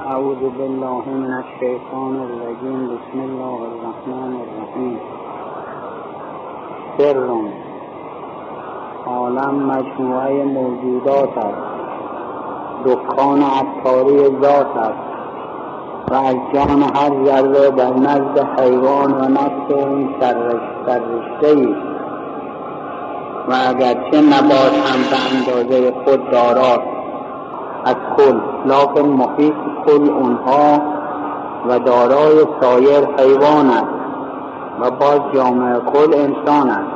اعوذ بالله من الشیطان الرجیم. بسم الله الرحمن الرحیم. سر عالم مجموعه موجودات است، دکان عطاری ذات است و از جان هر ذره در نزد حیوان و نفس این سررشته‌ای و اگرچه نبات هم به اندازه خود دارد از کل، لکن محیط کل اونها و دارای سایر حیوان است و باز جامعه کل انسان است.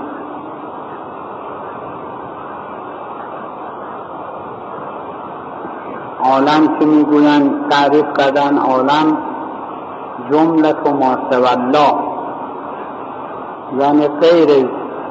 عالم که میگویند تعریف کردن عالم جملت و ما سوی الله، یعنی غیر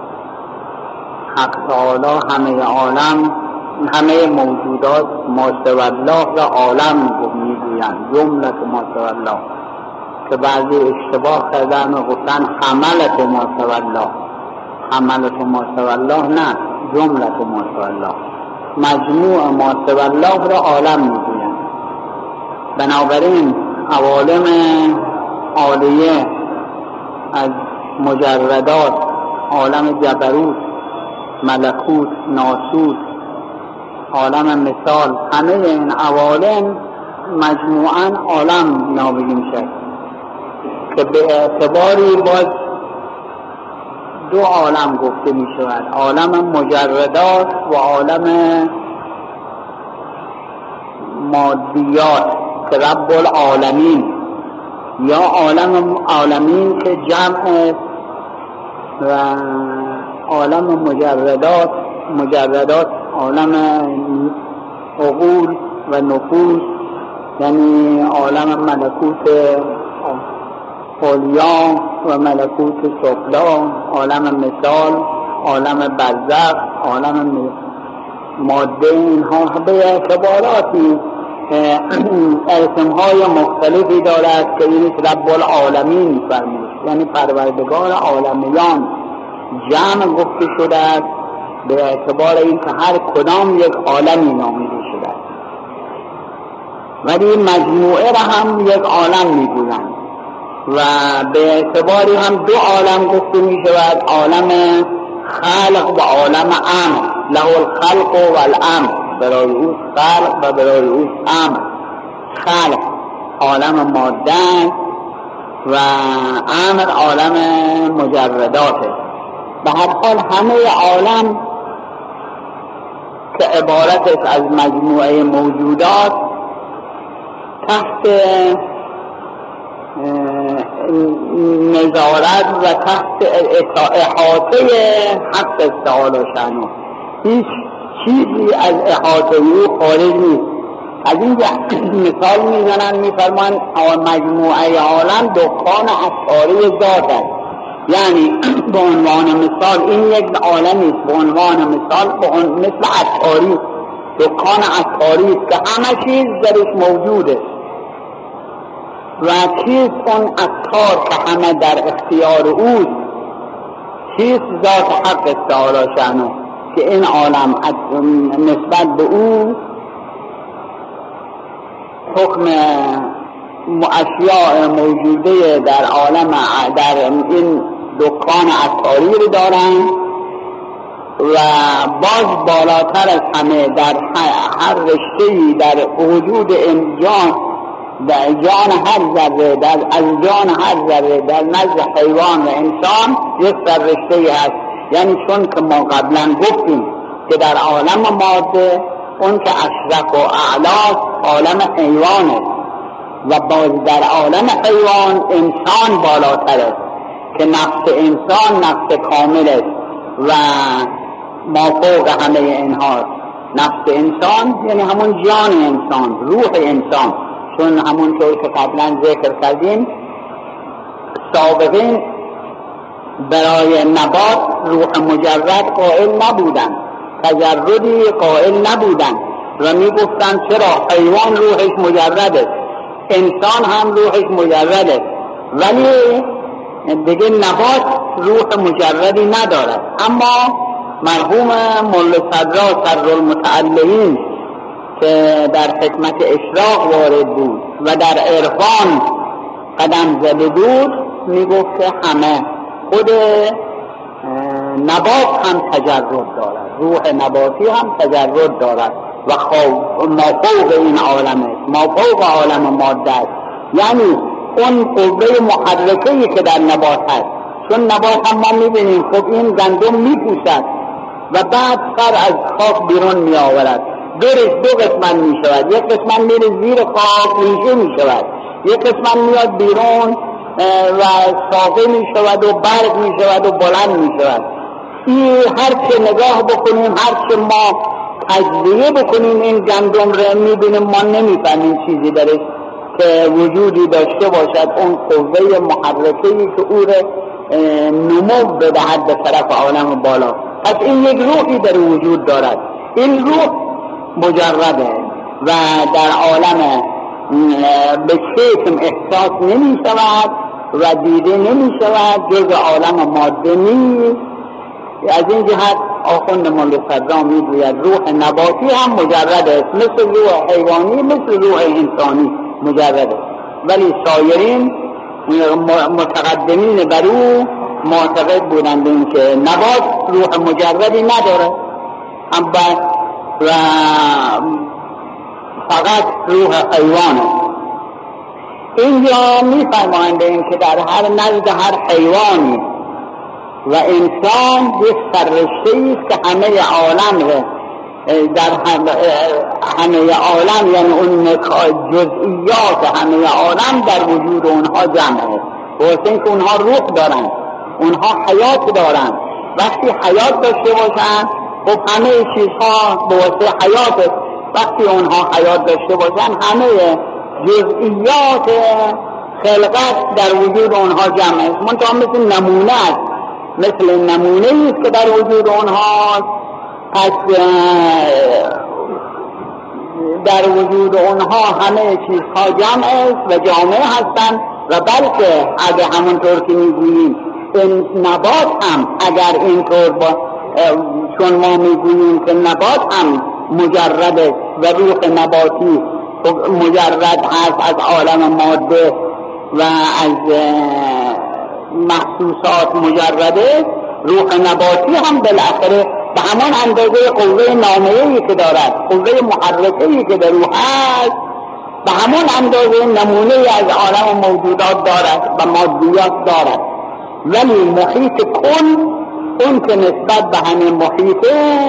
حق تعالی همه عالم، همه موجودات ما سوی الله و عالم میگویند جملت و ما سوی الله، که بعضی اشتباه کردن و گفتن حملت و ما سوی الله. حملت و ما سوی الله نه، جملت و ما سوی الله، مجموع ما سوی الله را عالم میگویند. بنابراین عوالم عالیه از مجردات، عالم جبروت، ملکوت، ناسوت، عالم مثال، همه این عوالم مجموعاً عالم نامیده میشه که به اعتباری باز دو عالم گفته می شود، عالم مجردات و عالم مادیات که رب العالمین، یا عالمین که جمع و عالم مجردات عالم عقول و نفوس، یعنی عالم ملکوت علیا و ملکوت سفلی، عالم مثال، عالم برزخ، عالم ماده، اینها به اعتباراتی اسمهای مختلفی دارد که این رب العالمین فرمود، یعنی پروردگار عالمیان جمع گفته شده است به اعتبار این که هر کدام یک عالمی نامیده شده است، ولی مجموعه را هم یک عالم میگویند و به اعتباری هم دو عالم گفته می شود، عالم خلق و عالم امر. له الخلق و الامر، برای او خلق و برای او امر. خلق عالم ماده و امر عالم مجرداته. به هر حال همه عالم که عبارت است از مجموعه موجودات تحت نظارت و تحت احاطه حق تعالی شأنه، هیچ چیزی از احاطه او خارج نیست. از این مثال میزنن، میفرمان مجموعه عالم دکان عطاری ذات است، یعنی به عنوان مثال این یک عالمی است، به عنوان مثال مثل عطاری، دکان عطاری است که همه چیز درش موجود است و چیز اون عطار که همه در اختیار اوست، چیز ذات حق تعالی شأنه که این عالم نسبت به او حکم اشیاء موجوده در عالم، در این دکان عطاری رو دارن و باز بالاتر از همه در هر رشته‌ای در وجود انسان، در جان هر ذره، از جان هر ذره در نزد حیوان و انسان یک سررشته‌ای هست. یعنی چون که ما قبلا گفتیم که در عالم ماده اون که اشرف و اعلی عالم حیوان است و باز در عالم حیوان انسان بالاتر است که نفس انسان نفس کامل است و ما فوق همه اینها. نفس انسان یعنی همون جان انسان، روح انسان، چون همونطور که قبلا ذکر کردیم سابقین برای نبات روح مجرد قائل نبودن، تجردی قائل نبودن و می گفتن چرا حیوان روحش مجرد است، انسان هم روحش مجرد است، ولی دیگه نبات روح مجردی ندارد. اما مرحوم مولا صدرا سر المتعلقین که در حکمت اشراق وارد بود و در عرفان قدم زده بود، میگفت که همه خود نبات هم تجرد دارد، روح نباتی هم تجرد دارد و ما فوق این عالم است، ما فوق عالم ماده است. یعنی اون قوه محرکه‌ای که در نبات هست، چون نبات هم ما میبینیم خب این گندم میپوشد و بعد سر از خاک بیرون میآورد، دو قسمت میشود، یک قسمت میره زیر خاک ریشه میشود، یک قسمت میاد بیرون و ساقه میشود و برگ میشود و بلند میشود. این هر چه نگاه بکنیم، هر چه ما تجزیه بکنیم این گندم رو میبینیم، ما نمیفهمیم چیزی درش که وجودی داشته باشد، اون قوه محرکه‌ای که او رو نمو بدهد به طرف عالم بالا. پس این یک روحی در وجود دارد، این روح مجرده و در عالم به چشم احساس نمی شود و دیده نمی شود، جز عالم ماده نیست. از این جهت آخوند مولا صدرا میگوید روح نباتی هم مجرد است، مثل روح حیوانی، مثل روح انسانی مجرد است، ولی سایرین متقدمین بر او معتقد بودند این که نبات روح مجردی نداره و فقط روح حیوانه. اینجا میفرمایند این که در هر نزد هر حیوانی و انسان یک سررشته‌ای است که همه عالم در همه عالم، یعنی اون جزئیات همه عالم در وجود اونها جمع است. واسه اینکه اونها روح دارن، اونها حیات دارن. وقتی حیات داشته باشن خب همه چیزها به واسه حیات است. وقتی اونها حیات داشته باشن همه جزئیات خلقت در وجود اونها جمع است. منتها مثل نمونه است، مثل نمونه است که در وجود اونها، پس در وجود اونها همه چیزها جمع است و جامع هستند. و بلکه اگه همونطور که میگوییم این نبات هم اگر اینطور چون ما میگوییم که نبات هم مجرد است و روح نباتی مجرد هست از عالم ماده و از محسوسات مجرده، روح نباتی هم بالاخره به همان اندازه قوه نامه‌ای که دارد، قوه محرکه‌ای که در روح هست، به همان اندازه نمونه از عالم موجودات دارد و مادیات دارد. ولی محیط کل اون که نسبت به همین محیط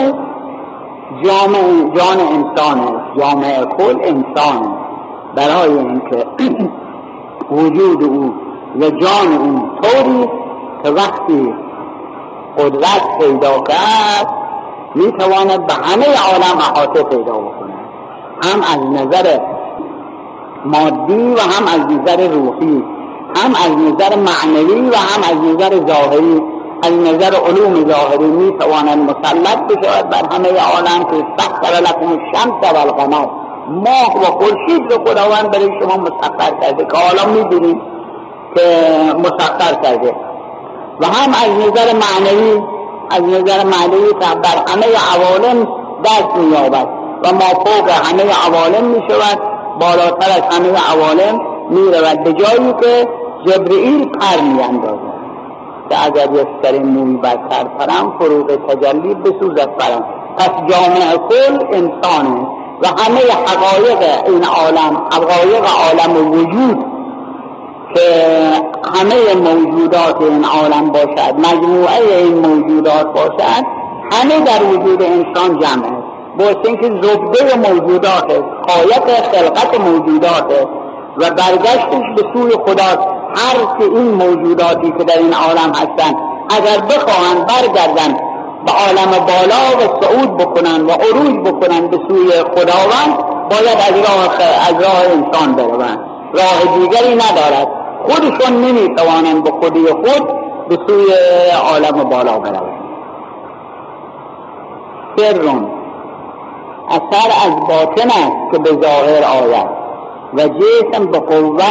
جان انسان است، جامعه کل انسان است، برای اینکه وجود او و جان او طوری که وقتی قدرت پیدا کرد میتواند به همه عالم احاطه پیدا بکنه، هم از نظر مادی و هم از نظر روحی، هم از نظر معنوی و هم از نظر ظاهری. از نظر علوم ظاهری میتواند مسلط بشود بر همه عالم که سخر لکم الشمس و القمر، ماه و خورشید رو خداوند برای شما مسخر کرده که حالا میبینید که مسخر کرده. و هم از نظر معنوی، از نظر معنوی که بر همه عوالم دست می‌یابد و ما فوق همه عوالم میشود، بالاتر از همه عوالم میرود به جایی که جبرئیل پر میاندازد که اگر یک سر موی بر سر پرم فروغ تجلی بسوزد برم. پس جامعه کل انسانه و همه حقایق این عالم، حقایق عالم وجود که همه موجودات این عالم باشد، مجموعه این موجودات باشد، همه در وجود انسان جمع است. باید اینکه زبده موجودات است، غایت خلقت موجودات است و برگشتش به سوی خدا. هر که این موجوداتی که در این عالم هستند اگر بخواهند برگردند به عالم بالا و صعود بکنند و عروج بکنند به سوی خداوند، باید از راه انسان بروند، راه دیگری ندارد. خودشون نمیتوانند به خودی خود به سوی عالم بالا بروند. سرون اثر از باطن است که به ظاهر آید و جسم به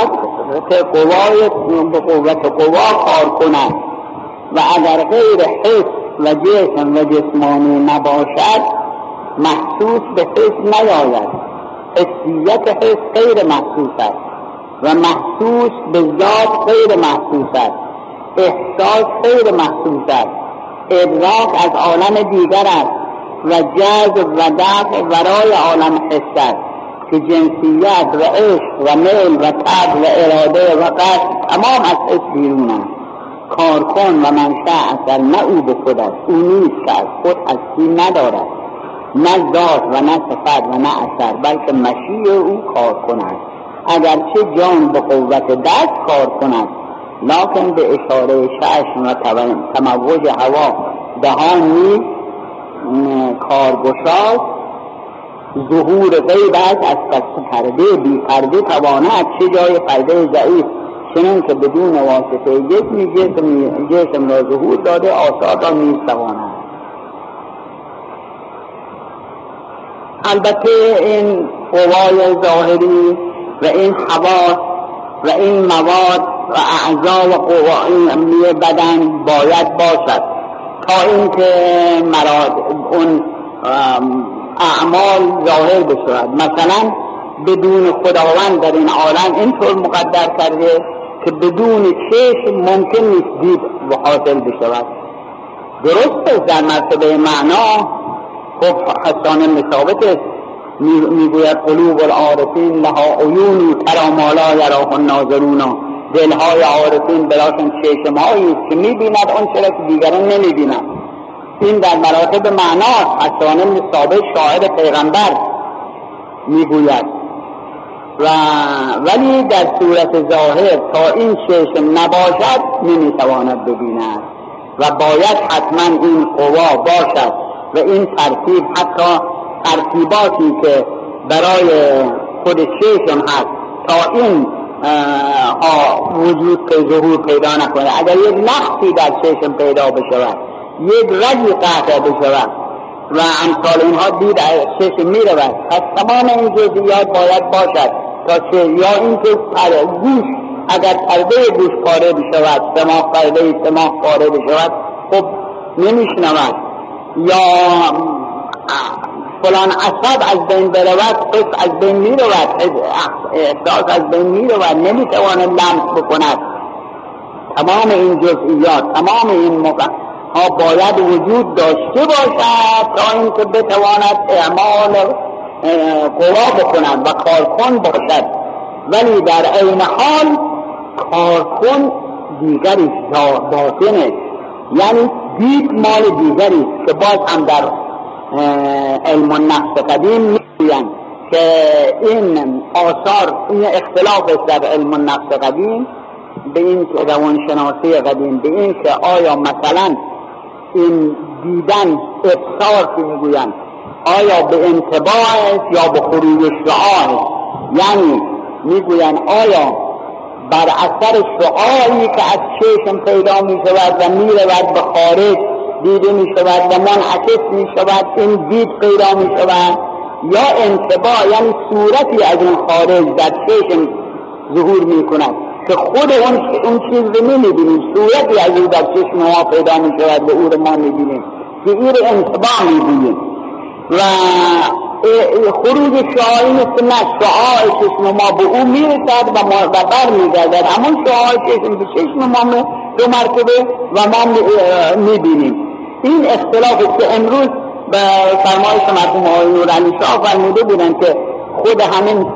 قوا کار کند و اگر غیر حس و جسم و جسمانی نباشد محسوس به حس نیاید حسیت حس غیر محسوس است و محسوس به ذات غیر محسوس است، احساس غیر محسوس است، ادراک از عالم دیگر است و جذب و دفع ورای عالم حس است که جنسیت و عشق و میل و طبع و اراده و قصد تمام از حس بیرون است. کارکن و منشأ اثر نه او به خود است، او نیست که از خود هستی ندارد، نه ذات و نه صفت و نه اثر، بلکه مشیع او کارکن است. اگرچه جان به قوت دست کار کند، لکن به اشاره چشم و تموج هوا دهان نیز کارگشاست. ظهور غیب است از پس پرده، بی پرده تواند چه جای پرده ضعیف، چنین که بدون واسطه جسم را ظهور داده آثار را نیز تواند. البته این قوای ظاهری و این حواس و این مواد و اعضا و قوای بدن باید باشد تا اینکه اون اعمال ظاهر بشود. مثلا بدون خداوند در این عالم اینطور مقدر کرده که بدون چشم ممکن نیست دید و حاصل بشود. درسته در مرتبه معنا خب حسان بن ثابت میگوید قلوب العارفین لها عیون تری ما لا یراه الناظرون، دلهای عارفین براشون چشمهایی که میبیند اون چرا که دیگران نمیبیند. این در مراتب معنا حسان بن ثابت شاعر پیغمبر میگوید. ولی در صورت ظاهر تا این چشم نباشد نمیتواند ببیند و باید حتما این قوا باشد و این ترتیب، حتی ترتیباتی که برای خود چشم هست تا این وجود که ظهور پیدا نکنه. اگر یک نقصی در چشم پیدا بشود، یک رگی قطع بشود و امثال اینها دید چشم می رود، پس تمام این جزئیات باید باشد تا چه یا اینکه گوش اگر پرده گوش پاره بشود، دماغ پرده دماغ پاره بشود، خب نمیشنود، یا فلان عصب از بین برود، حس از بین می رود، احساس از بین می رود، نمیتواند لمس بکند. تمام این جزئیات، تمام این موقع ها باید وجود داشته باشد تا اینکه بتواند اعمال قوا بکند و کارکن باشد. ولی در عین حال کارکن دیگری باطنه، یعنی دید مال دیگری که باز هم در علم النفس قدیم میگویند که این آثار، این اختلاف در علم النفس قدیم به این که روانشناسی قدیم به این که آیا مثلا این دیدن ابصار که میگویند آیا به انطباع است یا به خروج شعاع، یعنی میگویند آیا بر اثر شعاعی که از چشم پیدا می شود و می رود به خارج دیده می شود و منعکس می شود این دید پیدا می شود، یا انطباع یعنی صورتی از این خارج در چشم ظهور می کند که خود اون چیز رو نمی بینیم، صورتی از این در چشم ما پیدا می شود و او رو ما می بینیم که این رو انطباع می بینیم. و خروج شعاعی مثل نه شعاع چشم ما به او می رسد و بر می گردد، همون شعاع چشم به چشم ما دو مرتبه و ما می بینیم. این اختلاف که امروز به فرمایش مرحوم آقای نورعلی شاه فرموده بودن که خود همین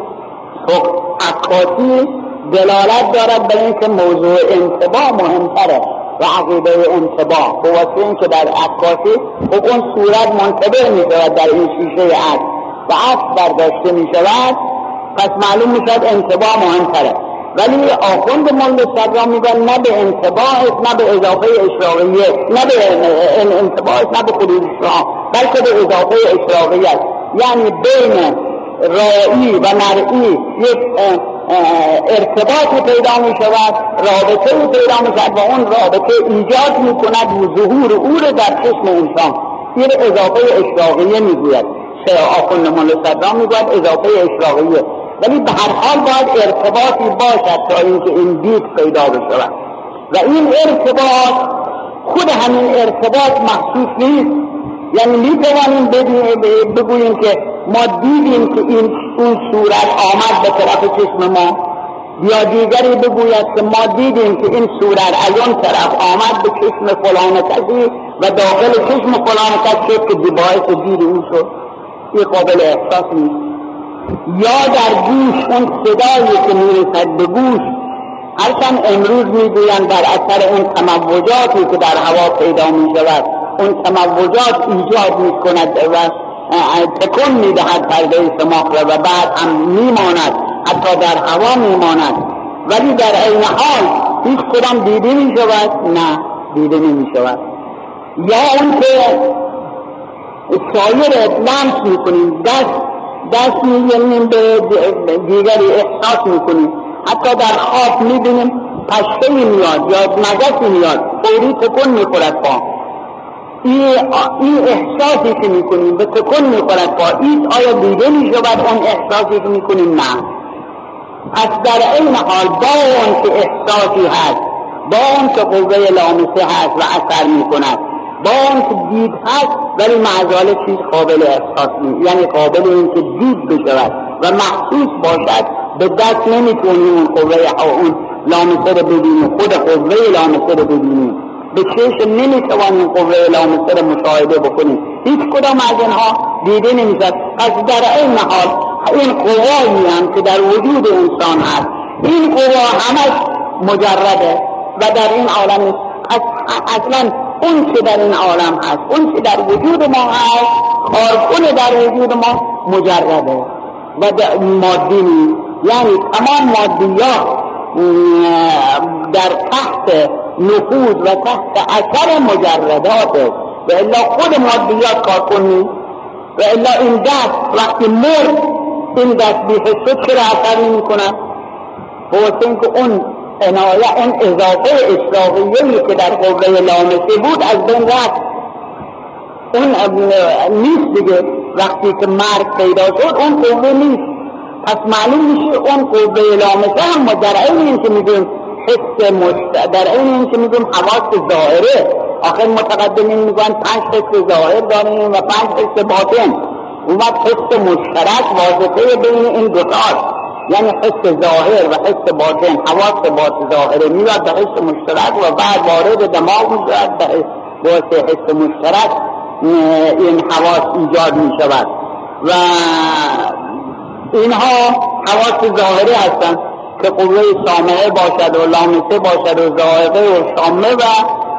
عکاسی دلالت دارد به این که موضوع انطباع مهمتره و عقیده انطباع به واسه این که در عکاسی اون صورت منطبع می شود در این شیشه عکس و عکس برداشته می شود، پس معلوم می شود انطباع مهمتره. ولی آخوند مولد صدرا میگن نه به انطباع، نه به اضافه اشراقیه، نه به انطباع، نه به خروج شعاع، بلکه به اضافه اشراقیه، یعنی بین رایی و مرئی یک ارتباطی پیدا می شود، رابطه پیدا می شود و اون رابطه ایجاد می کند و ظهور او رو در چشم انسان. این اضافه اشراقیه می گوید، آخوند مولد صدرا می گوید اضافه اشراقیه. ولی به هر حال باید ارتباطی باشد تا اینکه این دید پیدا بشود و این ارتباط خود همین ارتباط محسوس نیست، یعنی میتوانیم بگوییم که ما دیدیم که اون صورت آمد به طرف چشم ما، یا دیگری بگوید که ما دیدیم که این صورت از اون طرف آمد به چشم فلان کسی و داخل چشم فلان کسی شد که باعث دید اون شد. این قابل احساس نیست. یا در گوش اون صدایی که میرسد به گوش، هرچند امروز میگویند در اثر اون تموجاتی که در هوا پیدا میشود، اون تموجات ایجاد میکند و تکون میدهد پرده سماق را و بعد هم میماند، حتی در هوا میماند، ولی در این حال هیچ کدام دیده میشود؟ نه، دیده نمیشود. یا اون که سایر لمس میکنیم، دست میگیریم به دیگری احساس میکنیم، حتی در خواب میبینیم پشته میاد یا مگسی میاد، فوری تکون میخورد پا. این احساسی که میکنیم به تکون میخورد پا، این آیا دیده میشود اون احساسی که میکنیم؟ نه. پس در این حال با اون که احساسی هست، با اون که قوه لامسه هست و اثر میکند، با اون که دید هست، ولی معذاله چیز قابل احساس نیست، یعنی قابل این که دید بشود و محسوس باشد. به دست نمیتونیم اون قوه اون لامسه رو ببینیم، خود قوه لامسه رو ببینیم، به چشم نمیتوانیم قوه لامسه رو مشاهده بکنیم، هیچ کدام از اینها دیده نمیشد. پس در این حال این قوایی هم که در وجود انسان هست، این قوا همش مجرده و در این عالم اصلا اون که در این عالم هست، اون که در وجود ما هست، کارکن در وجود ما مجرده و مادی نیست. یعنی تمام مادیات در تحت نفوذ و تحت اثر مجردات است و الا خود مادیات کارکن نیست. و الا این دست وقتی مرد، این دست بی‌حسه چرا اثر نمی کنند؟ بوسین که اون عنایه، اون اضافه اشراقیه‌ای که در قوه لامسه بود از بین رفت، اون نیست دیگه. وقتی که مرگ پیدا شد اون قوه نیست، پس معلوم میشه اون قوه لامسه هم در این که میگیم حس در این که میگیم حواس ظاهره. آخر متقدمین میگن 5 حس ظاهر داریم و 5 حس باطن. اومد حس مشترک واسطه بین این دو تاست، یعنی حس ظاهر و حس باطن، حواس باطن ظاهره میاد به حس مشترک و بعد وارد دماغ میشود، به واسطه حس مشترک این حواس ایجاد میشود و اینها حواس ظاهری هستند که قوه سامعه باشد و لامسه باشد و ذائقه و شامه و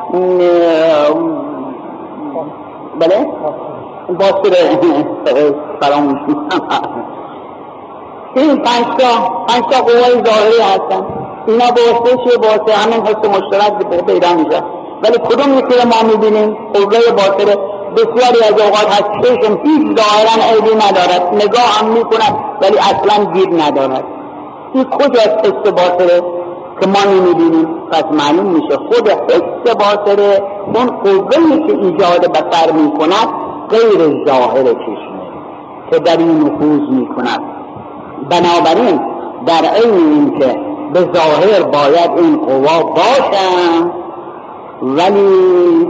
بله باصره فراموش میکنم. این 5 تا قوه ظاهری هستند. اینا باسته چیه؟ باسته همین حس مشترک پیدا میشه. ولی کدوم یکی رو ما میبینیم؟ قوه باصره بسیاری از اوقات هست چشم هیچ ظاهرا عیبی ندارد، نگاه هم میکند ولی اصلا دید ندارد. این کجاست حس باصره که ما نمیبینیم؟ پس معلوم میشه خود حس باصره اون قوهی که ایجاد بصر میکند غیر ظاهر چشمه که در این نفوذ میکند. بنابراین در این این که به ظاهر باید این قوا باشن، ولی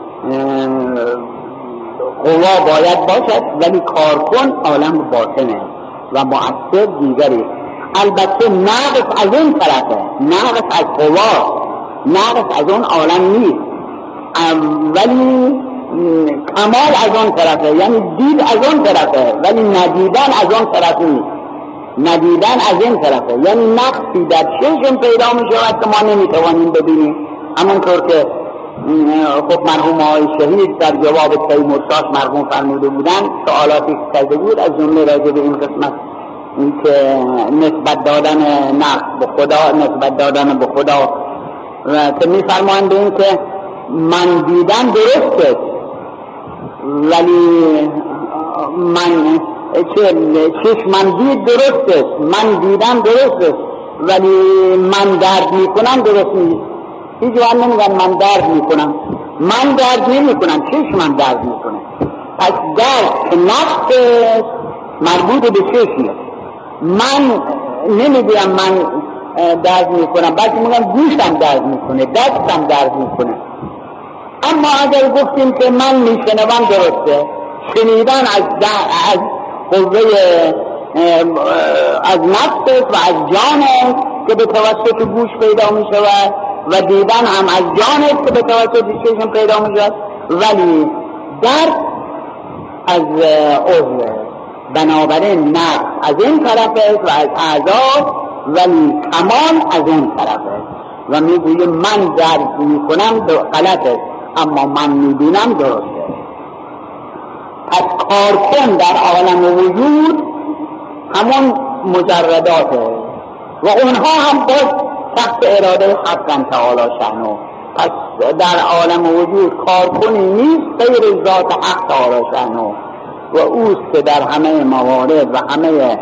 قوا باید باشد ولی کارکن عالم باطنه و مؤثر دیگری. البته ناقص از اون طرفه، ناقص از قوا، ناقص از اون عالم نیست، ولی کمال از اون طرفه، یعنی دید از اون طرفه ولی ندیدن از اون طرف نیست. ندیدن از این طرفه یعنی نقصی در چشم پیدا می شود که ما نمیتوانیم ببینیم. همونطور که خب مرحوم آقای شهید در جواب تیمورشاه مرحوم فرموده بودن، سوالاتی که کرده بود از جمله راجع به این قسمت که نسبت دادن نقص به خدا، نسبت دادن به خدا، و که میفرمایند این که من دیدن درست است ولی من چشم دید درست است، من دیدن درست است ولی من درد میکنم درست نیست. هیچ وقت نمیگن من درد میکنم، من درد نمیکنم، چشمم درد میکنه. پس درد که نقص مربوط به چشمه. من نمیگم من درد میکنم، بلکه میگم گوشم درد میکنه، دستم درد میکنه. اما اگر گفتیم که من میشنوم درسته، شنیدن از قوه از نفس و از جان که به توسط گوش پیدا می شود و دیدن هم از جان که به توسط چشم پیدا می شود، ولی درک از عضو. بنابراین نفس از این طرف است و از اعضا، ولی کمال از اون طرف است و میگویم من درک میکنم غلط است اما من میبینم درسته. پس کارکن در عالم وجود همون مجرداته و اونها هم باز تحت اراده حق تعالی شأنه. پس در عالم وجود کارکنی نیست غیر ذات حق تعالی شأنه و اوست که در همه موارد و همه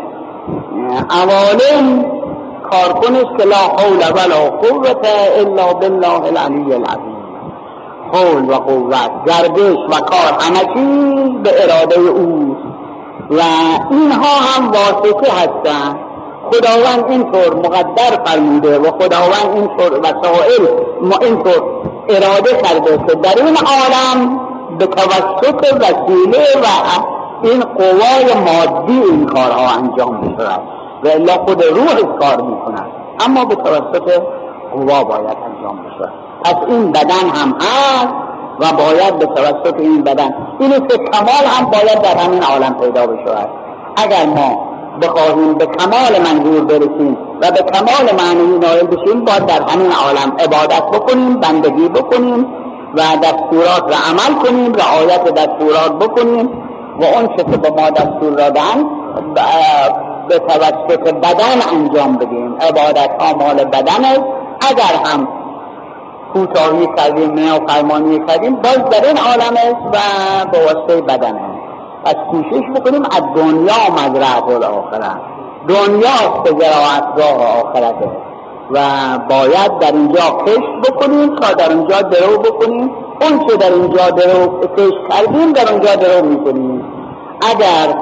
عوالم کارکنش که لا حول ولا قوة الا بالله العلی العظیم. حول و قوت، گردش و کار همه چیز به اراده اوست و اینها هم واسطه هستند. خداوند اینطور مقدر فرموده و خداوند اینطور وسائل اینطور اراده کرده که در این عالم به توسط وسیله و این قوای مادی این کارها انجام می‌شود و الا خود روح کار می‌کند، اما به توسط قوا باید انجام بشود. پس این بدن هم هست و باید به توسط این بدن این است که کمال هم باید در همین عالم پیدا بشود. اگر ما بخواهیم به کمال منظور برسیم و به کمال معنی نائل بشیم، باید در همین عالم عبادت بکنیم، بندگی بکنیم و دستورات را عمل کنیم، رعایت دستورات بکنیم و اون چه که به ما دستور دادن به توسط بدن انجام بدیم. عبادت ها مال بدن است. اگر هم کوتاهی کردیم نه فرمانی کردیم باز در این عالم است و به واسطه بدن است. پس کوشش بکنیم از دنیا مزرعه الاخره، دنیاست که زراعتگاه آخرت است و باید در اینجا کشت بکنیم تا در اینجا درو بکنیم. اون چه در اینجا درو کشت کردیم در اینجا درو میکنیم. اگر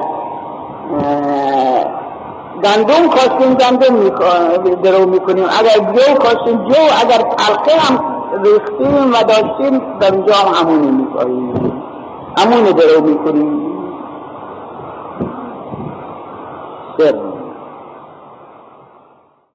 گندم کاشتیم گندم درو میکنیم، اگر جو کاشتیم جو، اگر تلقه هم ریختیم و داشتیم در اینجا هم همونی میکنیم، همونی درو میکنیم. سر